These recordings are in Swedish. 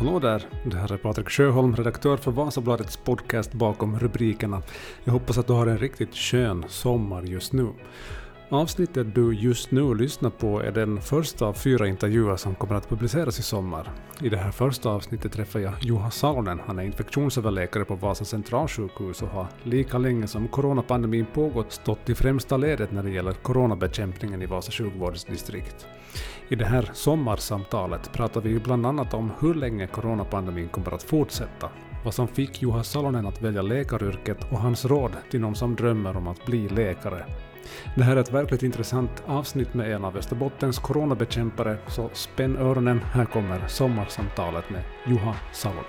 Hallå där, det här är Patrik Sjöholm, redaktör för Vasabladets podcast Bakom rubrikerna. Jag hoppas att du har en riktigt skön sommar just nu. Avsnittet du just nu lyssnar på är den första av 4 intervjuer som kommer att publiceras i sommar. I det här första avsnittet träffar jag Juha Salonen. Han är infektionsöverläkare på Vasa centralsjukhus och har lika länge som coronapandemin pågått stått i främsta ledet när det gäller coronabekämpningen i Vasa sjukvårdsdistrikt. I det här sommarsamtalet pratar vi bland annat om hur länge coronapandemin kommer att fortsätta, vad som fick Juha Salonen att välja läkaryrket och hans råd till någon som drömmer om att bli läkare. Det här är ett verkligt intressant avsnitt med en av Västerbottens coronabekämpare, så spänn öronen, här kommer sommarsamtalet med Juha Salonen.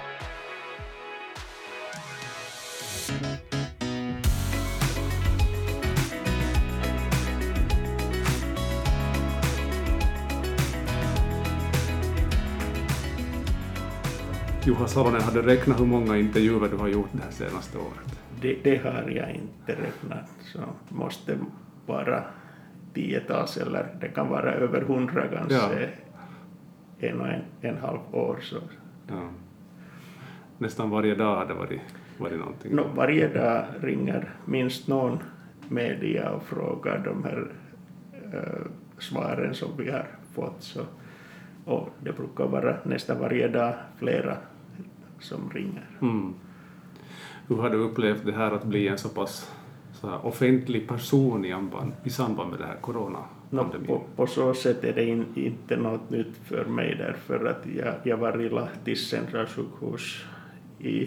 Juha Salonen, hade räknat hur många intervjuer du har gjort det här senaste året? Det har jag inte räknat, så måste vara 10-tals eller det kan vara över 100 kanske, en och en halv år. Så. Ja. Nästan varje dag hade varit någonting? Varje dag ringer minst någon media och frågar de här svaren som vi har fått. Så. Och det brukar vara nästan varje dag flera som ringer. Mm. Hur har du upplevt det här att bli en så pass offentlig person i samband med det här coronapandemin? På så sätt är det inte något nytt för mig, därför att jag var i Lahtis centralsjukhus i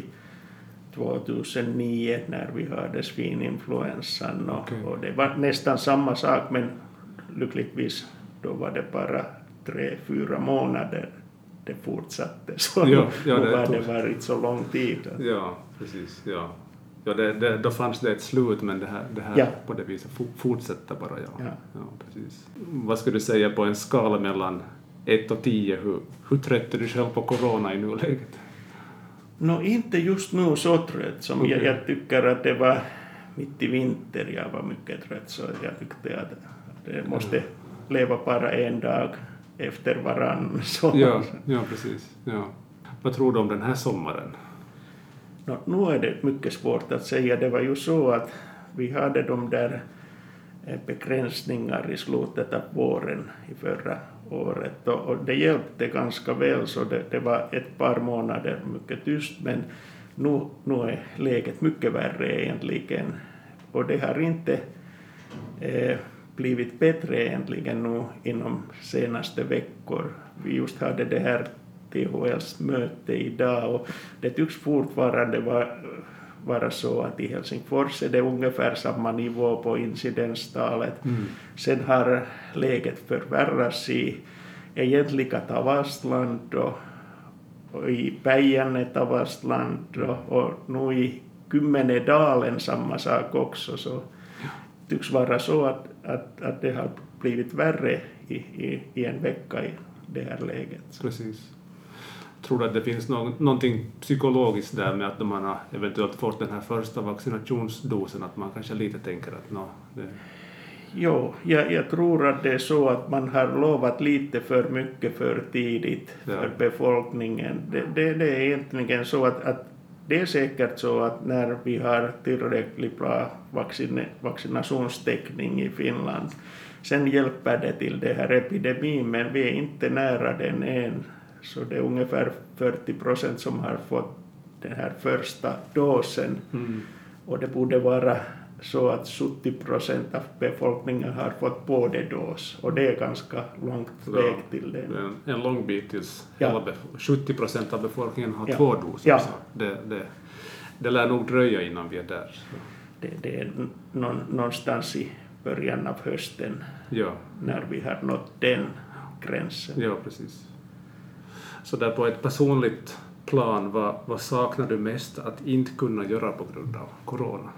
2009 när vi hade svininfluensan och det var nästan samma sak, men lyckligtvis då var det bara 3-4 månader det fortsatte, så då har det varit så lång tid. Ja, precis. Ja, då fanns det ett slut, men det här på det viset fortsätter bara. Ja, precis. Vad skulle du säga på en skala mellan 1 och 10? Hur trött är du själv på corona i nuläget? Inte just nu så trött som jag tycker att det var mitt i vinter. Jag var mycket trött, så jag tyckte att det måste leva bara en dag efter varann. Ja, precis. Ja. Vad tror du om den här sommaren? Nu är det mycket svårt att säga. Det var ju så att vi hade de där begränsningar i slutet av våren i förra året. Och det hjälpte ganska väl, så det var ett par månader mycket tyst. Men nu är läget mycket värre egentligen. Och det har inte blivit bättre egentligen nu inom senaste veckor. Vi just hade det här THLs möte idag och det tycks fortfarande vara så att i Helsingfors är det ungefär samma nivå på incidenstalet. Sen har läget förvärrats i egentliga Tavastland och i Päijänne Tavastland och nu i Kymmenedalen samma sak också, så tycks vara så att det har blivit värre i en vecka i det här läget. Precis. Tror du att det finns någonting psykologiskt där med att man har eventuellt fått den här första vaccinationsdosen, att man kanske lite tänker att Jo, jag tror att det är så att man har lovat lite för mycket för tidigt för befolkningen. Det är egentligen så att det är säkert så att när vi har tillräckligt bra vaccinationstäckning i Finland, sen hjälper det till det här epidemin, men vi är inte nära den än. Så det är ungefär 40% som har fått den här första dosen. Och det borde vara så att 70% av befolkningen har fått både dos. Och det är ganska långt väg till det. Det är en lång bit tills 70% av befolkningen har 2 doser. Ja. Så det lär nog dröja innan vi är där. Så. Det är någonstans i början av hösten när vi har nått den gränsen. Ja, precis. Så där på ett personligt plan, vad saknar du mest att inte kunna göra på grund av corona?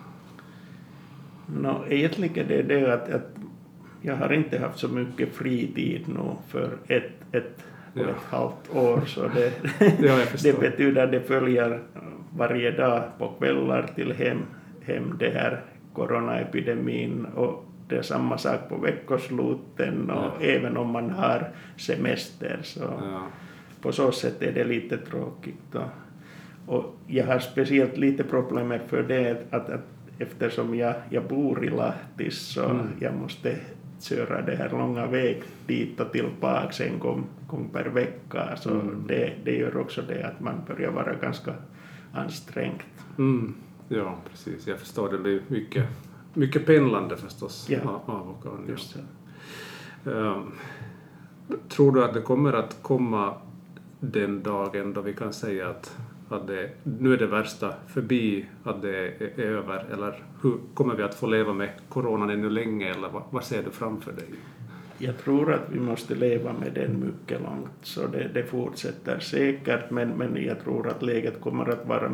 Egentligen är det att jag har inte haft så mycket fritid nu för ett halvt år, så det betyder att det följer varje dag på kvällar till hem det här coronaepidemin, och det är samma sak på veckosluten och även om man har semester. Så. Ja. på så sätt är det lite tråkigt. Och jag har speciellt lite problem för det att eftersom jag bor i Lahti så jag måste köra det här långa väg dit och tillbaka en gång per vecka. Så det gör också det att man börjar vara ganska ansträngt. Ja, precis. Jag förstår, det blir mycket pendlande förstås. Ja. Av och an. Just det. Tror du att det kommer att komma den dagen då vi kan säga att nu är det värsta förbi, att det är över, eller hur kommer vi att få leva med coronan ännu länge, eller vad ser du framför dig? Jag tror att vi måste leva med den mycket långt, så det fortsätter säkert, men jag tror att läget kommer att vara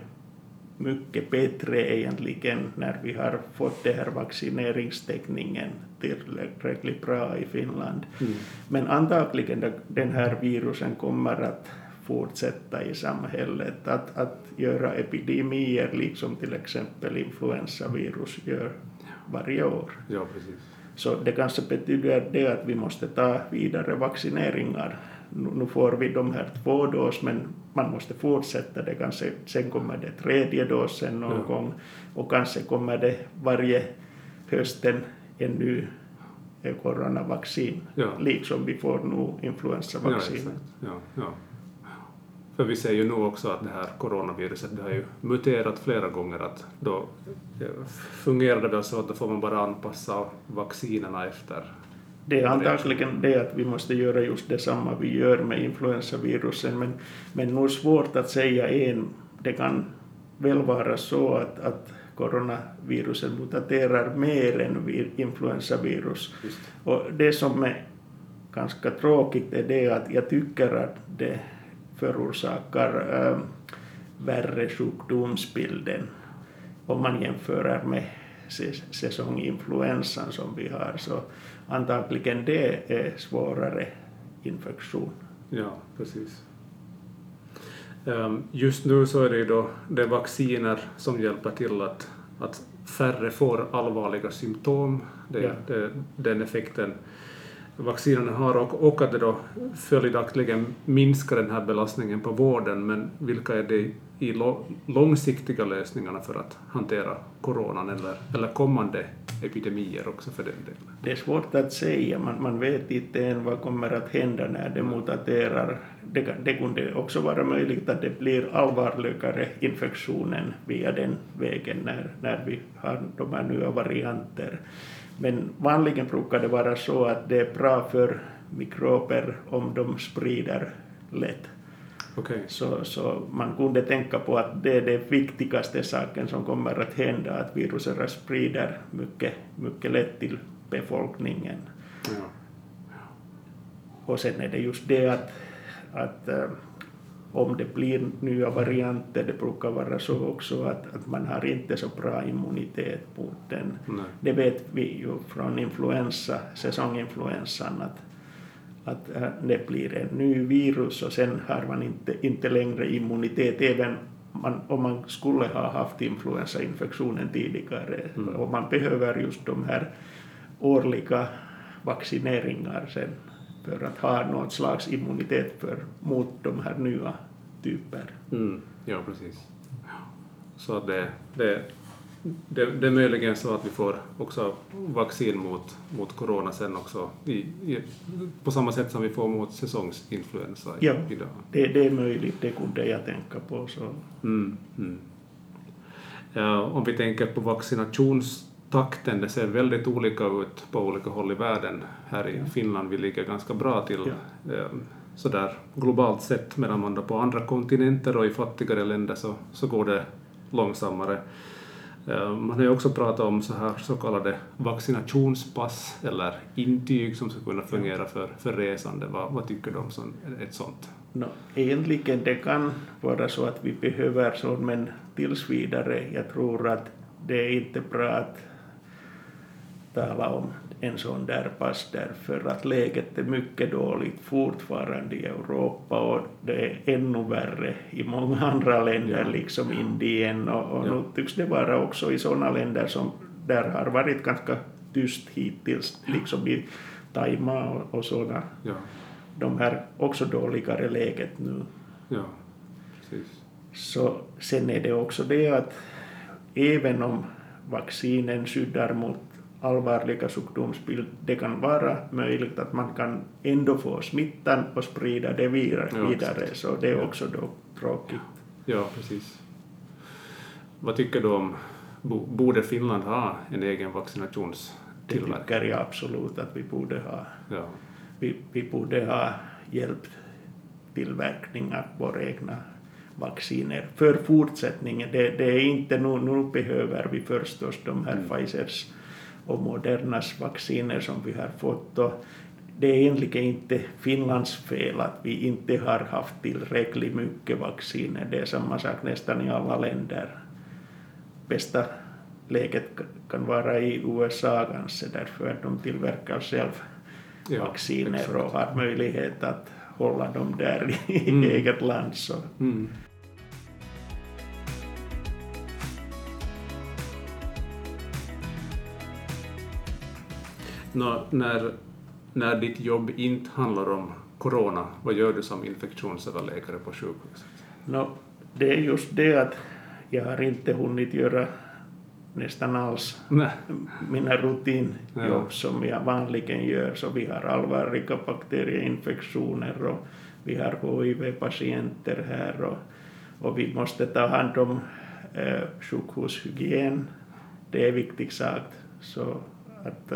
mycket bättre egentligen när vi har fått det här vaccineringstäckningen tillräckligt bra i Finland. Men antagligen den här virusen kommer att fortsätta i samhället att göra epidemier liksom till exempel influensavirus gör varje år. Ja, precis. Så det kanske betyder det att vi måste ta vidare vaccineringar. Nu får vi de här 2 dos, men man måste fortsätta det. Kanske sen kommer det 3:e dosen någon gång, och kanske kommer det varje hösten en ny coronavaccin, liksom vi får nu influensavaccin. Ja. För vi ser ju nu också att det här coronaviruset, det har ju muterat flera gånger, att då fungerar det väl så att då får man bara anpassa vaccinerna efter. Det är antagligen det att vi måste göra just detsamma vi gör med influensavirusen, men nu är det svårt att säga det kan väl vara så att coronavirusen muterar mer än influensavirus. Just. Och det som är ganska tråkigt är det att jag tycker att det förorsakar värre sjukdomsbilden om man jämför med säsonginfluensan som vi har, så antagligen det är svårare infektion. Ja, precis. Just nu så är det ju då det vacciner som hjälper till att färre får allvarliga symptom. Den effekten vaccinerna har, och att det då följaktligen minskar den här belastningen på vården. Men vilka är det i långsiktiga lösningarna för att hantera coronan eller kommande epidemier också för den delen? Det är svårt att säga. Man vet inte än vad kommer att hända när det muterar. Det kunde också vara möjligt att det blir allvarligare infektionen via den vägen när vi har de här nya varianter. Men vanligen brukar det vara så att det är bra för mikrober om de sprider lätt. Okay. Så man kunde tänka på att det är det viktigaste saken som kommer att hända, att viruset sprider mycket lätt till befolkningen. Ja. Och sen är det just det att om det blir nya varianter, det brukar vara så också att man har inte så bra immunitet mot den. Nej. Det vet vi ju från säsonginfluensan att det blir en ny virus och sen har man inte längre immunitet även om man skulle ha haft influensainfektionen tidigare. Och man behöver just de här årliga vaccineringar sen för att ha något slags immunitet mot de här nya typer. Ja, precis. Så det är möjligen så att vi får också vaccin mot corona sen också på samma sätt som vi får mot säsongsinfluensa idag. Det är möjligt, det kunde jag tänka på. Så. Om vi tänker på vaccinationstakten, det ser väldigt olika ut på olika håll i världen. Här i Finland vi ligger ganska bra till sådär globalt sett, medan man då på andra kontinenter och i fattigare länder så går det långsammare. Man har ju också pratat om så kallade vaccinationspass eller intyg som ska kunna fungera för resande. Vad tycker du om ett sånt? Egentligen det kan vara så att vi behöver sånt, men tills vidare jag tror att det är inte bra att tala om en sån där pass, därför att läget är mycket dåligt fortfarande i Europa och det är ännu värre i många andra länder liksom Indien och nu tycks det vara också i sådana länder som där har varit ganska tyst hittills liksom i Taiwan och sådana. de här också dåligare läget nu. Ja, precis. Så sen är det också det att även om vaccinen skyddar mot allvarliga sjukdomsbild, det kan vara möjligt att man kan ändå få smittan och sprida det vidare, så det är också då tråkigt. Ja, precis. Vad tycker du om, borde Finland ha en egen vaccinationstillverkning? Det tycker jag absolut att vi borde ha. Ja. Vi borde ha hjälpt tillverkning av våra egna vacciner för fortsättningen. Det är inte nu behöver vi förstås de här Pfizers och Modernas vacciner som vi har fått. Och det är egentligen inte Finlands fel att vi inte har haft tillräckligt mycket vacciner. Det är samma sak nästan i alla länder. Bästa läget kan vara i USA kanske, därför att de tillverkar själv vacciner och har möjlighet att hålla dem där i eget land. Så. När ditt jobb inte handlar om corona, vad gör du som infektionsöverläkare på sjukhuset? Det är just det att jag har inte hunnit göra nästan alls mina rutinjobb som jag vanligen gör. Så vi har allvarliga bakterieinfektioner och vi har HIV-patienter här och vi måste ta hand om sjukhushygien. Det är viktigt sagt, så att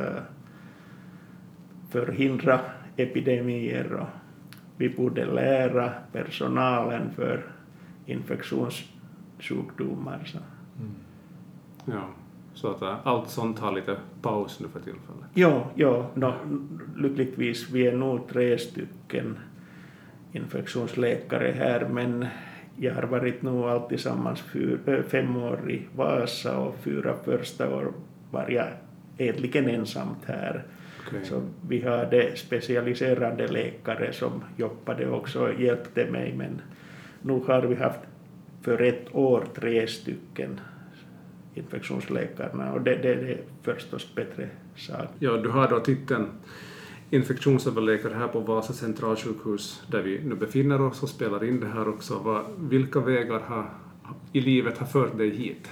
förhindra epidemier, och vi borde lära personalen för infektionssjukdomar. Så. Ja, så att allt sånt har lite paus nu för tillfället. Ja, lyckligtvis vi är nog 3 stycken infektionsläkare här, men jag har varit nog allt tillsammans 5 år i Vasa och 4 första år var jag egentligen ensamt här. Okay. Så vi hade specialiserade läkare som jobbade också och hjälpte mig, men nu har vi haft för 1 år 3 stycken infektionsläkarna och det är förstås bättre sak. Ja, du har då titeln infektionsöverläkare här på Vasa centralsjukhus där vi nu befinner oss och spelar in det här också. Vilka vägar i livet har fört dig hit?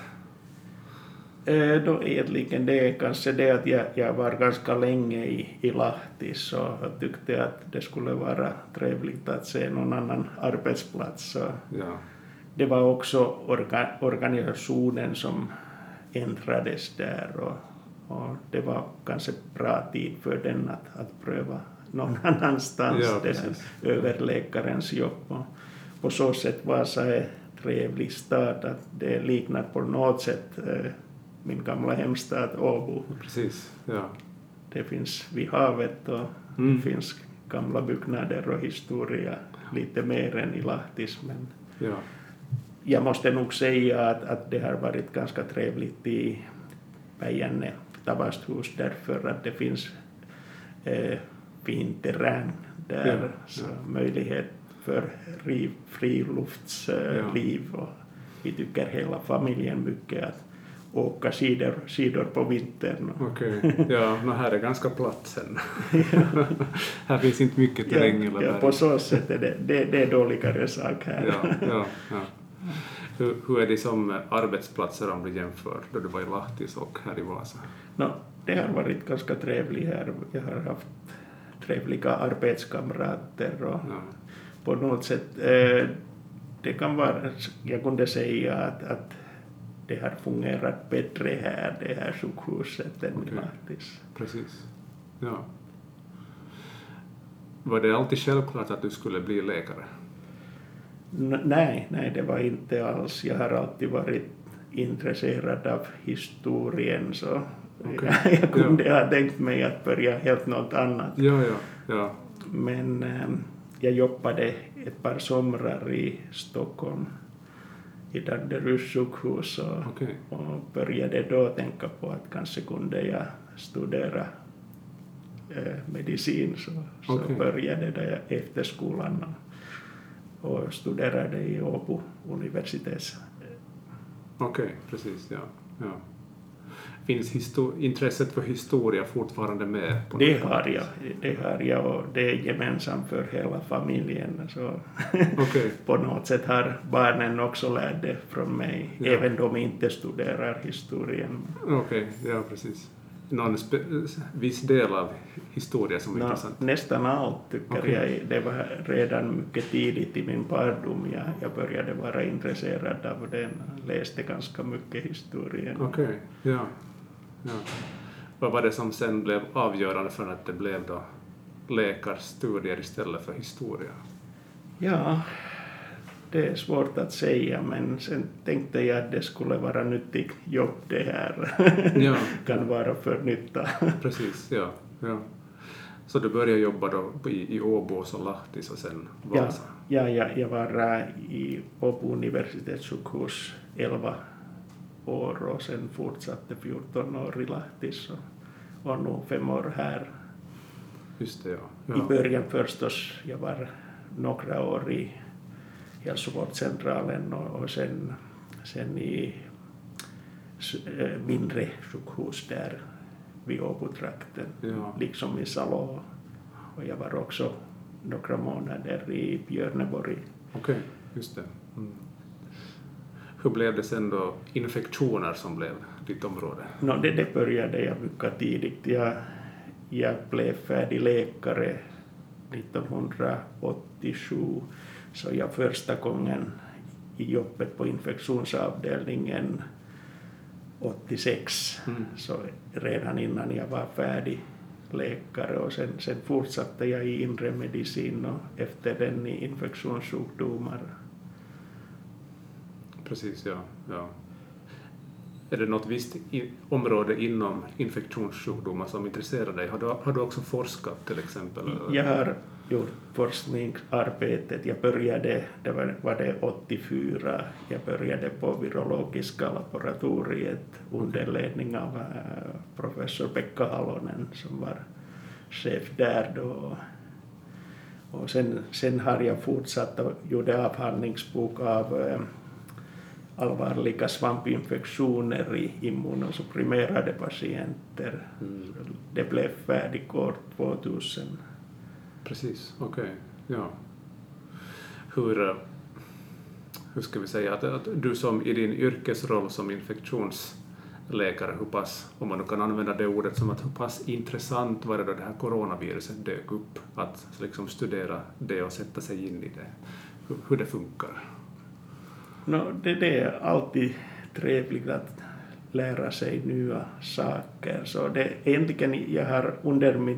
Då egentligen det är kanske det att jag var ganska länge i Lahti, så jag tyckte att det skulle vara trevligt att se någon annan arbetsplats. Så det var också organisationen som ändrades där och det var kanske bra tid för den att pröva någon annanstans, det här överläkarens jobb. Och på så sätt Vasa är trevlig stad, att det liknar på något sätt min gamla hemstad Åbo. Precis, ja. Det finns vid havet och det finns gamla byggnader och historia lite mer än i Lahtis. Men jag måste nog säga att det har varit ganska trevligt i Päijänne Tavasthus därför att det finns fin terräng där, så möjlighet för friluftsliv och vi tycker hela familjen mycket att åka skidor på vintern. Okej, här är ganska platt sen. Här finns inte mycket terräng eller berg. På så sätt är det är dåligare sak här. Ja. Hur är det som arbetsplatser om du jämför då du var i Lahtis och här i Vasa? Det har varit ganska trevligt här. Jag har haft trevliga arbetskamrater och på något sätt det kan vara, jag kunde säga att det har fungerat bättre här, det här sjukhuset än i Lahtis. Precis, ja. Var det alltid självklart att du skulle bli läkare? Nej, det var inte alls. Jag har alltid varit intresserad av historien, så jag kunde ha tänkt mig att börja helt något annat. Ja. Men jag jobbade ett par somrar i Stockholm i Danderyds sjukhus och började då tänka på att kanske kunde jag studera medicin, så började det efter skolan och studerade i Åbo universitet. Okej, precis, ja. finns intresset för historia fortfarande med? Det har jag och det är gemensamt för hela familjen. Så på något sätt har barnen också lärt det från mig, även de inte studerar historien. Okej, ja precis. Någon viss del av historia som är intressant? Nästan allt tycker jag. Det var redan mycket tidigt i min barndom. Jag började vara intresserad av den. Läste ganska mycket historia. Okej, ja. Vad var det som sen blev avgörande för att det blev då läkarstudier istället för historia? Ja, det är svårt att säga, men sen tänkte jag att det skulle vara nyttigt jobb det här. Kan vara för nytta. Precis, ja. Så du började jobba då i Åbo och så Lahtis och sen Vasa? Ja, jag var i Åbo universitetssjukhus 11 år och sen fortsatte 14 år i Lahtis och nu 5 år här. Just det, ja. I början förstås, jag var några år i hälsovårdscentralen och sen i mindre sjukhus där vid Åbo-trakten, liksom i Salo. Och jag var också några månader i Björneborg. Okej, just det. Hur blev det sen då infektioner som blev ditt område? Det började jag mycket tidigt. Jag blev färdig läkare 1987, så jag första gången i jobbet på infektionsavdelningen 86, så redan innan jag var färdig läkare, och sen fortsatte jag i inre medicin och efter den i infektionssjukdomar. Precis, ja. Är det något visst område inom infektionssjukdomar som intresserar dig? Har du också forskat till exempel? Jag har gjort forskningsarbetet. Jag började, var det 84, jag började på virologiska laboratoriet under ledning av professor Pekka Halonen som var chef där då. Och sen har jag fortsatt och gjorde avhandlingsbok av allvarliga svampinfektioner i immunosupprimerade patienter. Det blev färdigt år 2000. Precis, okej. Ja. Hur ska vi säga att du som i din yrkesroll som infektionsläkare, hur pass, om man nu kan använda det ordet, som att hur pass intressant var det då det här coronaviruset dök upp, att liksom studera det och sätta sig in i det, hur det funkar? Det är alltid trevligt att lära sig nya saker. Så det egentligen, jag har under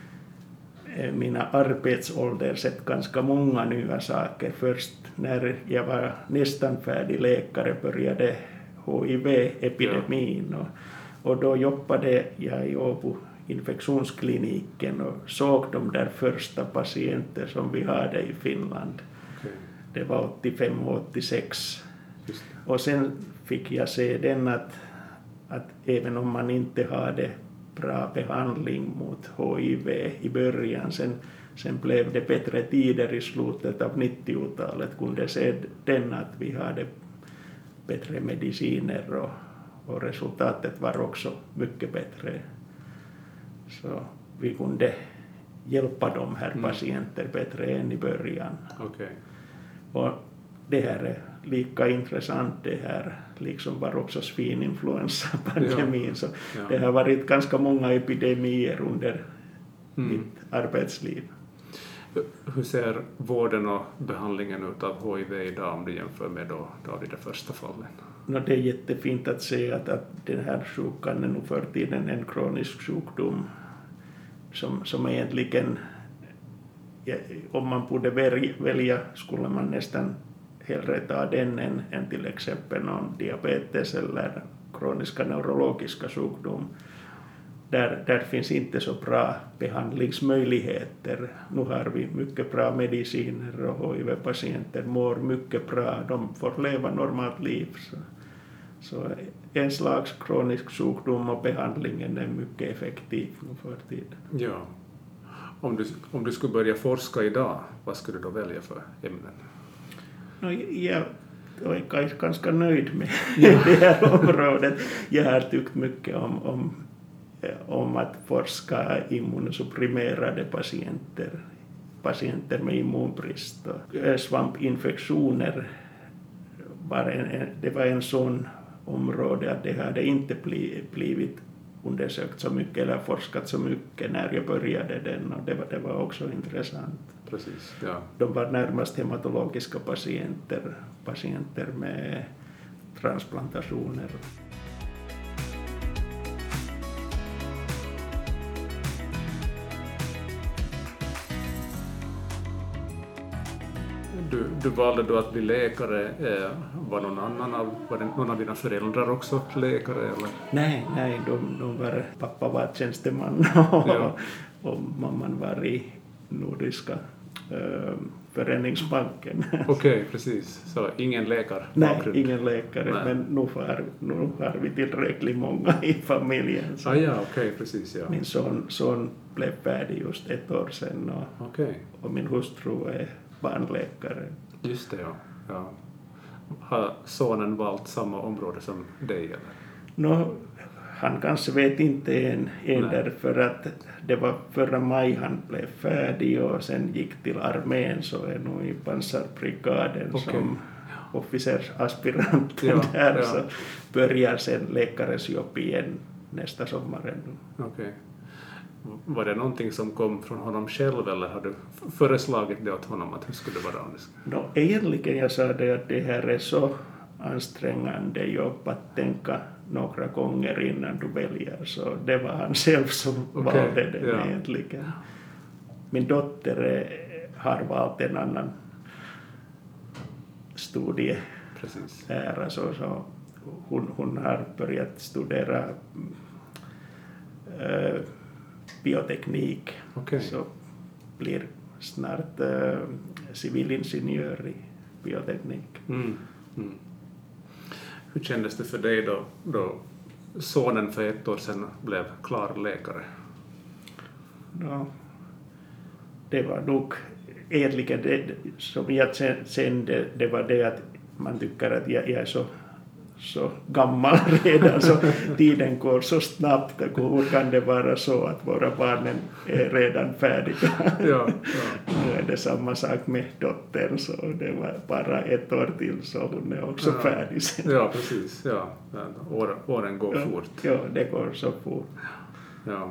mina arbetsålder sett ganska många nya saker. Först när jag var nästan färdig läkare började HIV-epidemin och då jobbade jag i Åbo infektionskliniken och såg de där första patienter som vi hade i Finland. Det var 85 och 86. Och sen fick jag se den att även om man inte hade bra behandling mot HIV i början, sen blev det bättre tider i slutet av 90-talet, kunde se den att vi hade bättre mediciner och resultatet var också mycket bättre. Så vi kunde hjälpa de här patienter bättre än i början. Okay. Och det här är lika intressant det här, liksom var också svininfluensapandemin. Så det har varit ganska många epidemier under mitt arbetsliv. Hur ser vården och behandlingen ut av HIV idag om du jämför med då de första fallen? Det är jättefint att se att den här sjukan är nu för tiden en kronisk sjukdom som egentligen, om man borde välja skulle man nästan hellre ta den än till exempel någon diabetes eller kroniska neurologiska sjukdom. Där finns inte så bra behandlingsmöjligheter. Nu har vi mycket bra mediciner och HIV-patienter mår mycket bra. De får leva normalt liv. Så en slags kronisk sjukdom och behandlingen är mycket effektiv nu för tiden. Ja. Om du skulle börja forska idag, vad skulle du då välja för ämnen? och är ganska nöjd med det här området. Jag har tyckt mycket om att forska immunosupprimerade patienter med immunbrist. Svampinfektioner det var en sån område att det hade inte blivit undersökt så mycket eller forskat så mycket när jag började den, och det var också intressant. Precis, ja. De var närmast hematologiska patienter med transplantationer. Du valde då att bli läkare. Var någon av dina föräldrar också läkare? Eller? Nej, pappa var tjänsteman och mamman var i Nordiska föreningsbanken. Okej, precis. Så ingen läkare? Nej, ingen läkare, nej. Men nu har vi tillräckligt många i familjen. Okej, precis. Ja. Min son blev färdig just ett år sedan och min hustru är barnläkare. Just det, ja. Har sonen valt samma område som dig? Eller? Han kanske vet inte än därför att det var förra maj han blev färdig och sen gick till armén, så är nu i pansarbrigaden som officersaspirant där. Så börjar sen läkares jobb igen nästa sommaren. Okej. Var det någonting som kom från honom själv eller har du föreslagit det åt honom att det skulle vara? Egentligen jag sa det att det här är så ansträngande jobb att tänka några gånger innan du väljer, så det var han själv som valde det egentligen. Min dotter har valt en annan studie här, så hon har börjat studera bioteknik, så blir snart civilingenjör i bioteknik. Hur kändes det för dig då sonen för ett år sedan blev klar läkare? Det var nog egentligen det som jag kände, det var det att man tycker att jag är så gammal redan, så tiden går så snabbt. Hur kan det vara så att våra barnen är redan färdiga? Nu är det samma sak med dottern, så det var bara ett år till så hon är också färdig sen. Ja, precis. Ja. Åren går fort. Ja, det går så fort. Ja.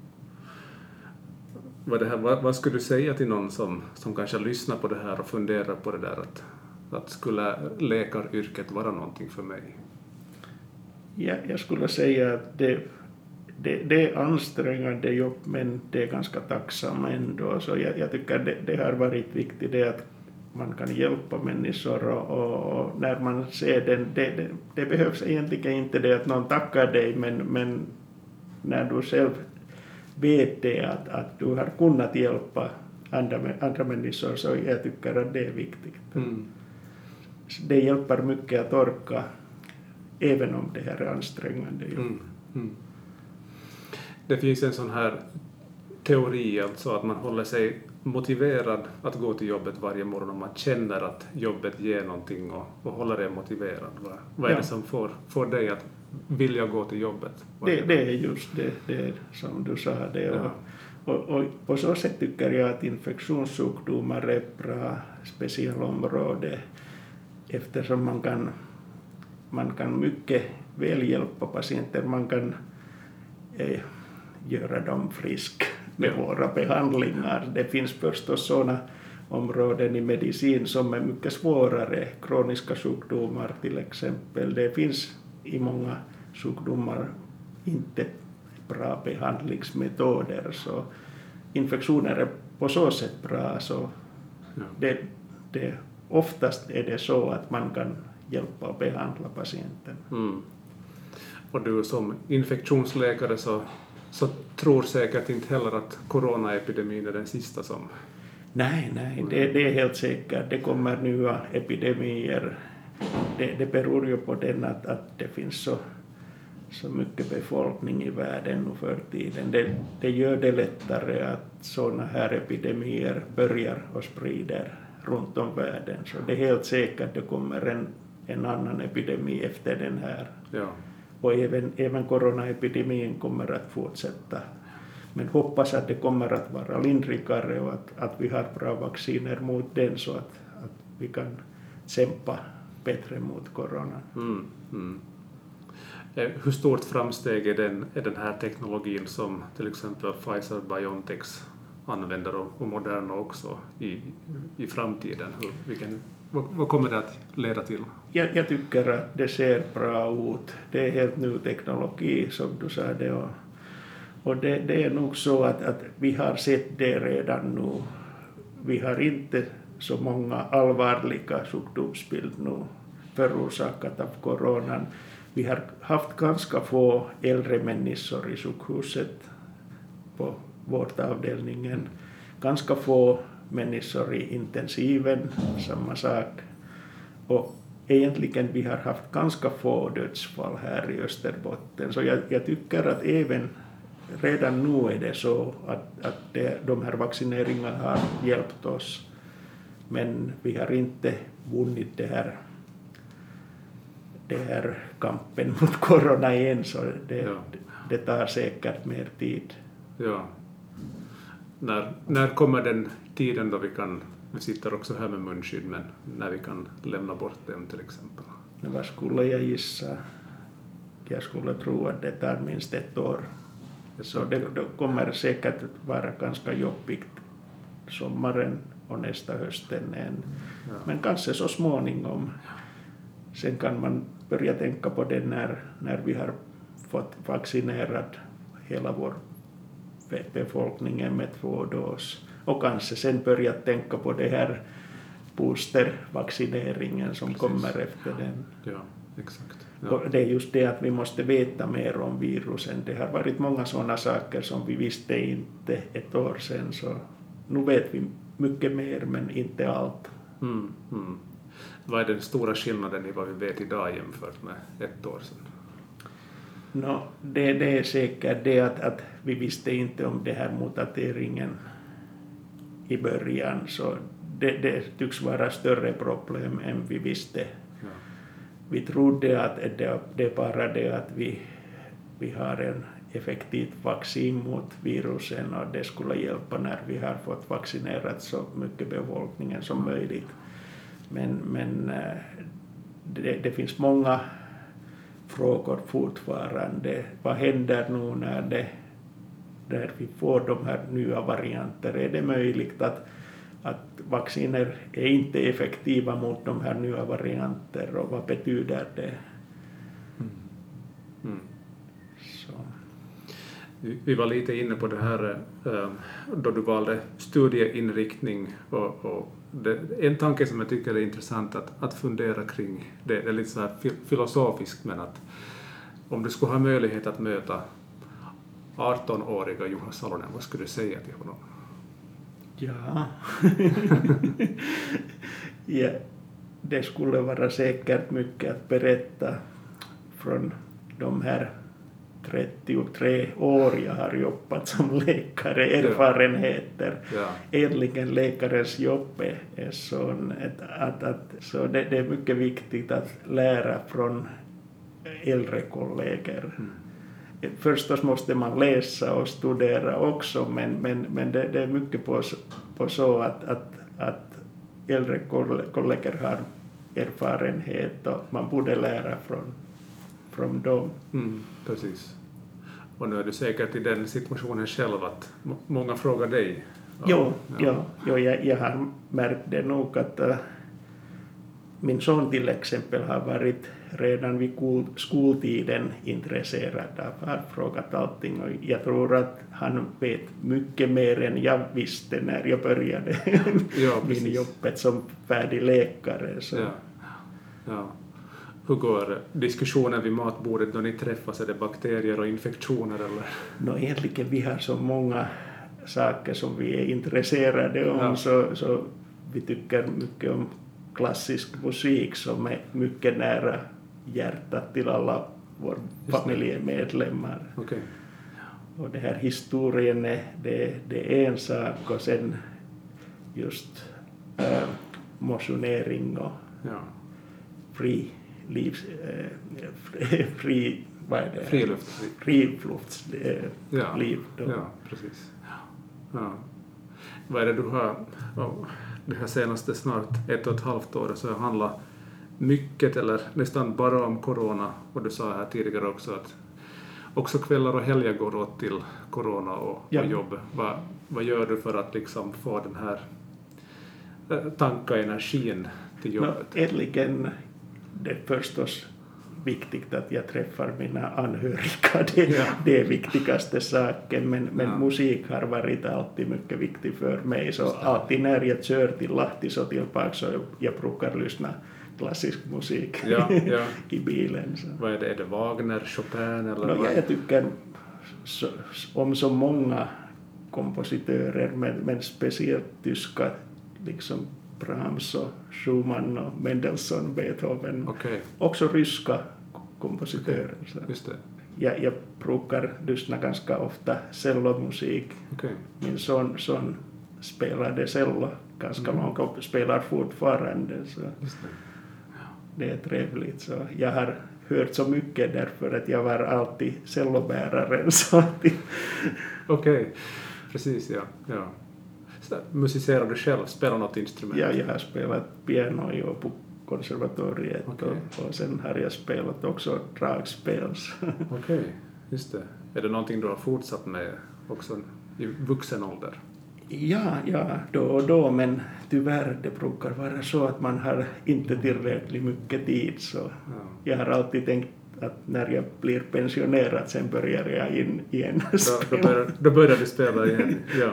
Vad skulle du säga till någon som kanske lyssnar på det här och funderar på det där att skulle läkaryrket vara någonting för mig? Ja, jag skulle säga att det är ansträngande jobb, men det är ganska tacksamt ändå. Så jag tycker det har varit viktigt det att man kan hjälpa människor och när man ser den, det behövs egentligen inte det att någon tackar dig, men när du själv vet det att du har kunnat hjälpa andra människor, så jag tycker att det är viktigt. Det hjälper mycket att orka även om det här är ansträngande. Det finns en sån här teori, alltså att man håller sig motiverad att gå till jobbet varje morgon om man känner att jobbet ger någonting och håller dig motiverad. Vad är det som får dig att vilja gå till jobbet? Det är just det som du sa. Och på så sätt tycker jag att infektionssjukdomar är ett bra specialområde, eftersom man kan mycket väl hjälpa patienter. Man kan göra dem frisk med våra behandlingar. Det finns förstås sådana områden i medicin som är mycket svårare, kroniska sjukdomar till exempel. Det finns i många sjukdomar inte bra behandlingsmetoder, så infektioner är på så sätt bra. Så det oftast är det så att man kan hjälpa och behandla patienten. Och du som infektionsläkare så tror säkert inte heller att coronaepidemin är den sista som... Nej, det är helt säkert. Det kommer nya epidemier. Det beror ju på den att det finns så mycket befolkning i världen nu för tiden. Det gör det lättare att sådana här epidemier börjar och sprider runt om världen. Så det är helt säkert att det kommer en en annan epidemi efter den här. Ja. Och även coronaepidemin kommer att fortsätta. Men hoppas att det kommer att vara lindrigare och att vi har bra vacciner mot den så att vi kan kämpa bättre mot corona. Hur stort framsteg är den här teknologin som till exempel Pfizer-BioNTech använder och Moderna också i framtiden? Vad kommer det att leda till? Jag tycker att det ser bra ut. Det är helt ny teknologi som du sa det. Och det är nog så att vi har sett det redan nu. Vi har inte så många allvarliga sjukdomsbild nu förorsakat av coronan. Vi har haft ganska få äldre människor i sjukhuset på vårdavdelningen. Ganska få människor i intensiven, samma sak. Och egentligen vi har haft ganska få dödsfall här i Österbotten. Så jag tycker att även redan nu är det så att de här vaccineringarna har hjälpt oss. Men vi har inte vunnit det här kampen mot corona igen, så det tar säkert mer tid. Ja. När kommer den tiden då vi sitter också här med munskydd, men när vi kan lämna bort dem till exempel? Vad skulle jag gissa? Jag skulle tro att det tar minst ett år. Så det kommer säkert vara ganska jobbigt sommaren och nästa hösten. Men kanske så småningom. Sen kan man börja tänka på det när vi har fått vaccinerat hela vår befolkningen med 2 dos. Och kanske sen börja tänka på det här boostervaccineringen som kommer efter den. Ja, exakt. Ja. Och det är just det att vi måste veta mer om virusen. Det har varit många sådana saker som vi visste inte ett år sedan. Så nu vet vi mycket mer, men inte allt. Vad är den stora skillnaden i vad vi vet idag jämfört med ett år sedan? Det är säkert det att vi visste inte om det här mutateringen i början. Så det tycks vara större problem än vi visste. Ja. Vi trodde att det är bara det att vi har en effektivt vaccin mot virusen och det skulle hjälpa när vi har fått vaccinerat så mycket befolkningen som möjligt. Men det finns många frågor fortfarande. Vad händer nu när vi får de här nya varianter? Är det möjligt att vacciner är inte effektiva mot de här nya varianter och vad betyder det? Så. Vi var lite inne på det här då du valde studieinriktning och en tanke som jag tycker är intressant att fundera kring, det är lite så här filosofiskt, men att om du skulle ha möjlighet att möta 18-åriga Juha Salonen, vad skulle du säga till honom? Ja. Ja, det skulle vara säkert mycket att berätta från de här 33 år jag har jobbat som läkare, erfarenheter. Ja. Egentligen läkarens jobb är sån så det är mycket viktigt att lära från äldre kollegor. Förstås måste man läsa och studera också, men det är mycket på så att äldre kollegor har erfarenhet och man borde lära från dem. Precis. Och nu är du säkert i den situationen själv att många frågar dig. Ja, jag har märkt det nog att min son till exempel har varit redan vid skoltiden intresserad av, har frågat allting och jag tror att han vet mycket mer än jag visste när jag började min jobbet som färdig läkare. Så. Ja. Hur går diskussionen vid matbordet då ni träffas? Är det bakterier och infektioner eller? Egentligen vi har så många saker som vi är intresserade om så vi tycker mycket om klassisk musik som är mycket nära hjärtat till alla våra familjemedlemmar. Okay. Och det här historien det är en sak och sen just motionering och fri friluftsliv. Ja, precis. Ja. Vad är det du har, det här senaste snart 1,5 år så har handlat mycket eller nästan bara om corona, och du sa här tidigare också att också kvällar och helger går åt till corona och jobb. Vad gör du för att liksom få den här energin till jobbet? Äntligen, det är förstås viktigt att jag träffar mina anhöriga. Det är viktigaste saken, men musik har varit alltid mycket viktig för mig. Så alltid när jag kör till Lahti så tillbaka så jag brukar lyssna klassisk musik i bilen. Så. Vad är det? Är det Wagner, Chopin? Eller jag tycker om så många kompositörer, men speciellt tyska, liksom Brahms och Schumann och Mendelssohn, Beethoven. Okay. Också ryska kompositörer. Okay. Just det. Jag brukar lyssna ganska ofta cellomusik. Okay. Min son spelade cello ganska långt och spelar fortfarande. Så det är trevligt. Så jag har hört så mycket därför att jag var alltid cellobäraren. Okej, precis, ja. Musicerar du själv? Spelar något instrument? Ja, jag har spelat piano i Åbo konservatoriet och sen har jag spelat också dragspel. Okej, just det. Är det någonting du har fortsatt med också i vuxen ålder? Ja, då och då, men tyvärr det brukar vara så att man har inte tillräckligt mycket tid. Så jag har alltid tänkt att när jag blir pensionerad sen börjar jag igen spela. Då börjar du spela igen, ja.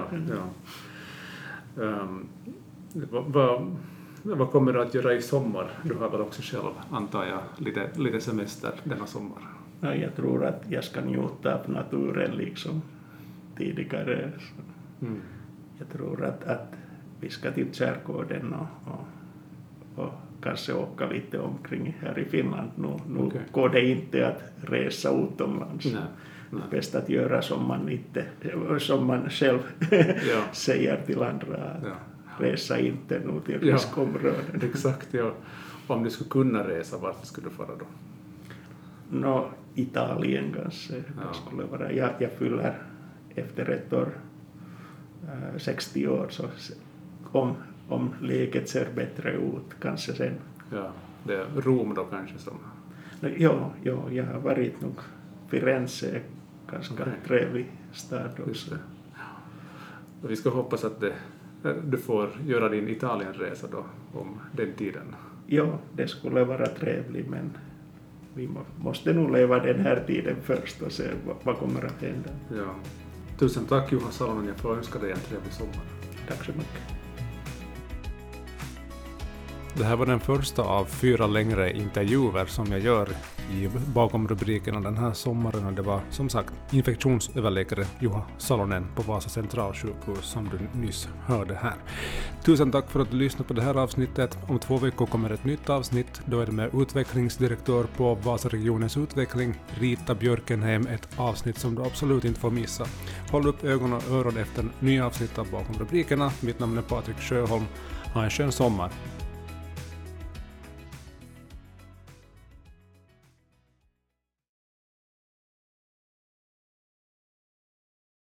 Vad kommer du att göra i sommar? Du har väl också själv, antar jag, lite semester denna sommar? Ja, jag tror att jag ska njuta av naturen liksom tidigare. Jag tror att vi ska till skärgården och kanske åka lite omkring här i Finland. Nu går det inte att resa utomlands. Nej. Bäst att göra som man själv säger till andra. Resa inte nu till riskområden. Exakt, ja. Om du skulle kunna resa, vart skulle du fara då? Italien kanske. Skulle vara. Jag fyller efter ett år 60 år, så om läget ser bättre ut kanske sen. Ja, det är Rom då kanske som... Ja, jag har varit nog Firenze, ganska trevlig stad också. Vi ska hoppas att du får göra din Italienresa då om den tiden. Ja, det skulle vara trevligt, men vi måste nog leva den här tiden först och se vad kommer att hända. Ja. Tusen tack Juha Salonen, jag får önska dig en trevlig sommar. Tack så mycket. Det här var den första av 4 längre intervjuer som jag gör bakom rubrikerna den här sommaren, och det var som sagt infektionsöverläkare Juha Salonen på Vasa centralsjukhus som du nyss hörde här. Tusen tack för att du lyssnade på det här avsnittet. Om 2 veckor kommer ett nytt avsnitt. Då är det med utvecklingsdirektör på Vasaregionens utveckling, Rita Björkenheim, ett avsnitt som du absolut inte får missa. Håll upp ögon och öron efter nya avsnitt av bakom rubrikerna. Mitt namn är Patrik Sjöholm. Ha en skön sommar.